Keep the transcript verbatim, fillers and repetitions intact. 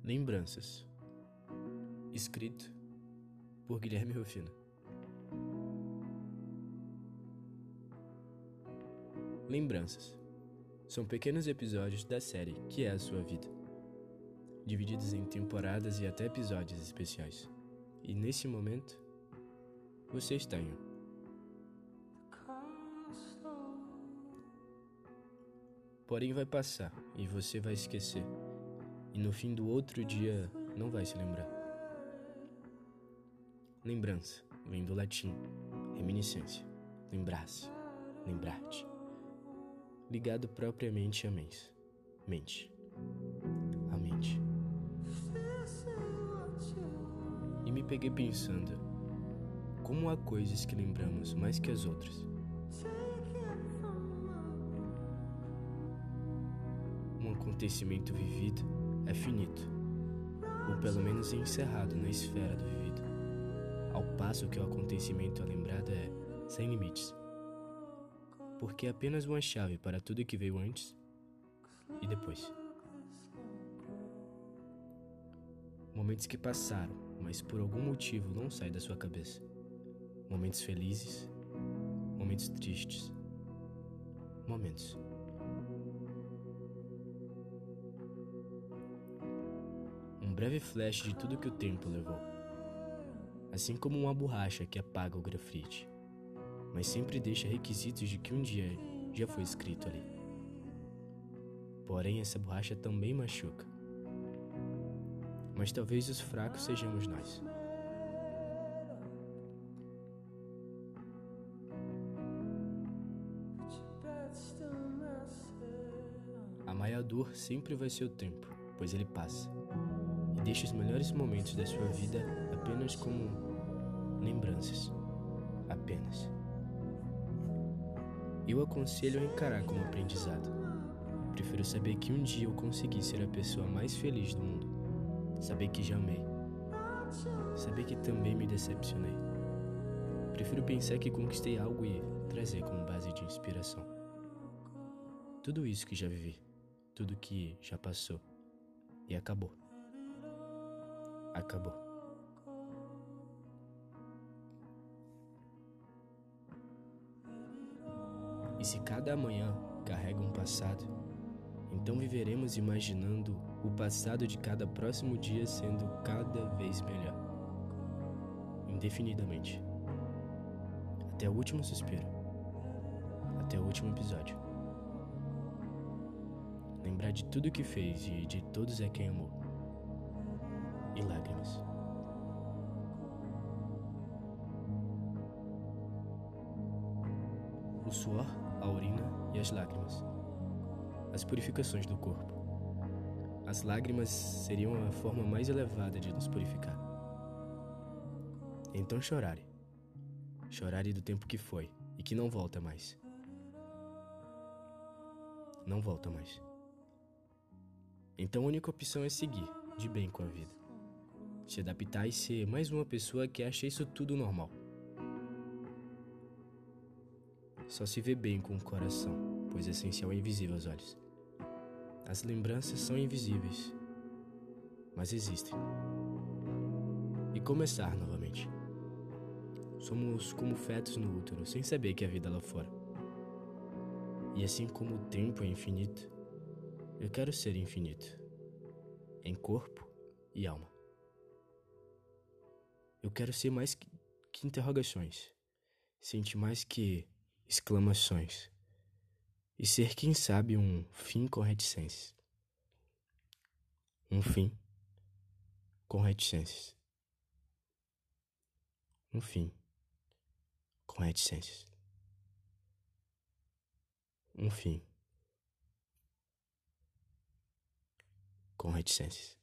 Lembranças. Escrito por Guilherme Rufino. Lembranças são pequenos episódios da série que é a sua vida, divididos em temporadas e até episódios especiais. E nesse momento, você está em um. Porém vai passar e você vai esquecer, e no fim do outro dia não vai se lembrar. Lembrança vem do latim reminiscência, lembrar-se, lembrar-te, ligado propriamente à mente, mente, a mente. E me peguei pensando, como há coisas que lembramos mais que as outras. Um acontecimento vivido é finito, ou pelo menos encerrado na esfera do vivido, ao passo que o acontecimento lembrado é sem limites, porque é apenas uma chave para tudo que veio antes e depois. Momentos que passaram, mas por algum motivo não saem da sua cabeça. Momentos felizes, momentos tristes, momentos. Um breve flash de tudo que o tempo levou. Assim como uma borracha que apaga o grafite, mas sempre deixa requisitos de que um dia já foi escrito ali. Porém, essa borracha também machuca. Mas talvez os fracos sejamos nós. A maior dor sempre vai ser o tempo, pois ele passa. E deixa os melhores momentos da sua vida apenas como lembranças. Apenas. Eu aconselho a encarar como aprendizado. Prefiro saber que um dia eu consegui ser a pessoa mais feliz do mundo. Saber que já amei. Saber que também me decepcionei. Prefiro pensar que conquistei algo e trazer como base de inspiração. Tudo isso que já vivi. Tudo que já passou. E acabou. Acabou. E se cada amanhã carrega um passado, então viveremos imaginando o passado de cada próximo dia sendo cada vez melhor. Indefinidamente. Até o último suspiro. Até o último episódio. Lembrar de tudo que fez e de todos a quem amou. E lágrimas. O suor, a urina e as lágrimas. As purificações do corpo. As lágrimas seriam a forma mais elevada de nos purificar. Então chorare. Chorare do tempo que foi e que não volta mais. Não volta mais. Então a única opção é seguir de bem com a vida. Se adaptar e ser mais uma pessoa que acha isso tudo normal. Só se vê bem com o coração, pois o essencial é invisível aos olhos. As lembranças são invisíveis, mas existem. E começar novamente. Somos como fetos no útero, sem saber que há vida lá fora. E assim como o tempo é infinito, eu quero ser infinito, em corpo e alma. Eu quero ser mais que, que interrogações, sentir mais que exclamações, e ser, quem sabe, um fim com reticências. Um fim com reticências. Um fim com reticências. Um fim com reticências.